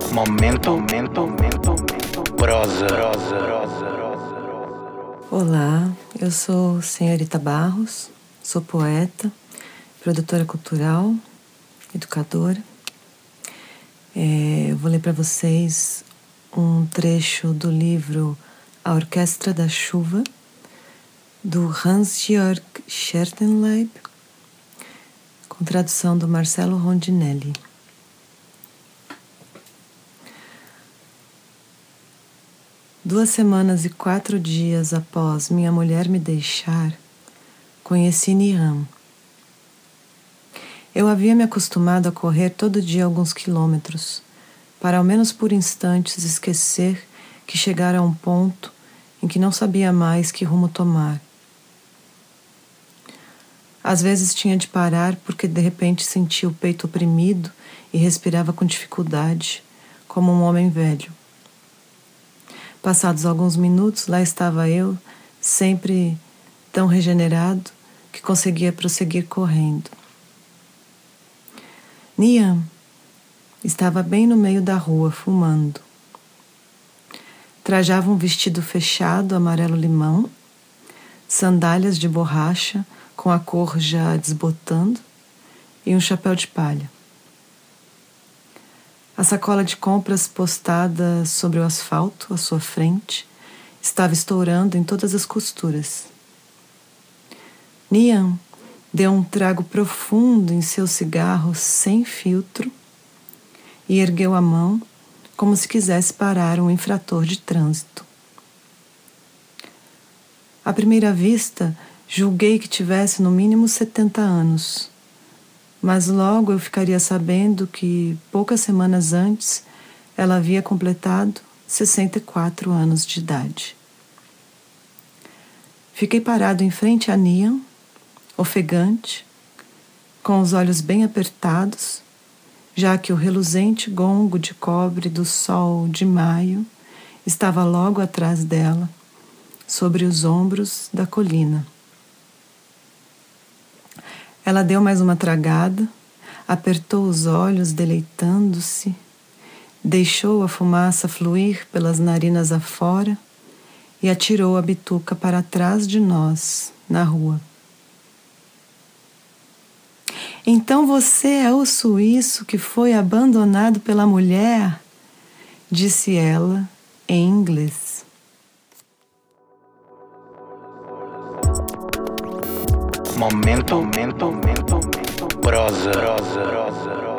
Prosa. Olá, eu sou Senhorita Barros, sou poeta, produtora cultural, educadora. Eu vou ler para vocês um trecho do livro A Orquestra da Chuva, do Hans-Georg Schertenleib, com tradução do Marcelo Rondinelli. Duas semanas e 4 dias após minha mulher me deixar, conheci Nihan. Eu havia me acostumado a correr todo dia alguns quilômetros, para ao menos por instantes esquecer que chegara a um ponto em que não sabia mais que rumo tomar. Às vezes tinha de parar porque de repente sentia o peito oprimido e respirava com dificuldade, como um homem velho. Passados alguns minutos, lá estava eu, sempre tão regenerado que conseguia prosseguir correndo. Nihan estava bem no meio da rua, fumando. Trajava um vestido fechado, amarelo-limão, sandálias de borracha com a cor já desbotando e um chapéu de palha. A sacola de compras postada sobre o asfalto, à sua frente, estava estourando em todas as costuras. Nihan deu um trago profundo em seu cigarro sem filtro e ergueu a mão como se quisesse parar um infrator de trânsito. À primeira vista, julguei que tivesse no mínimo 70 anos. Mas logo eu ficaria sabendo que, poucas semanas antes, ela havia completado 64 anos de idade. Fiquei parado em frente a Nihan, ofegante, com os olhos bem apertados, já que o reluzente gongo de cobre do sol de maio estava logo atrás dela, sobre os ombros da colina. Ela deu mais uma tragada, apertou os olhos, deleitando-se, deixou a fumaça fluir pelas narinas afora e atirou a bituca para trás de nós, na rua. Então você é o suíço que foi abandonado pela mulher? Disse ela em inglês. Momento. Prosa.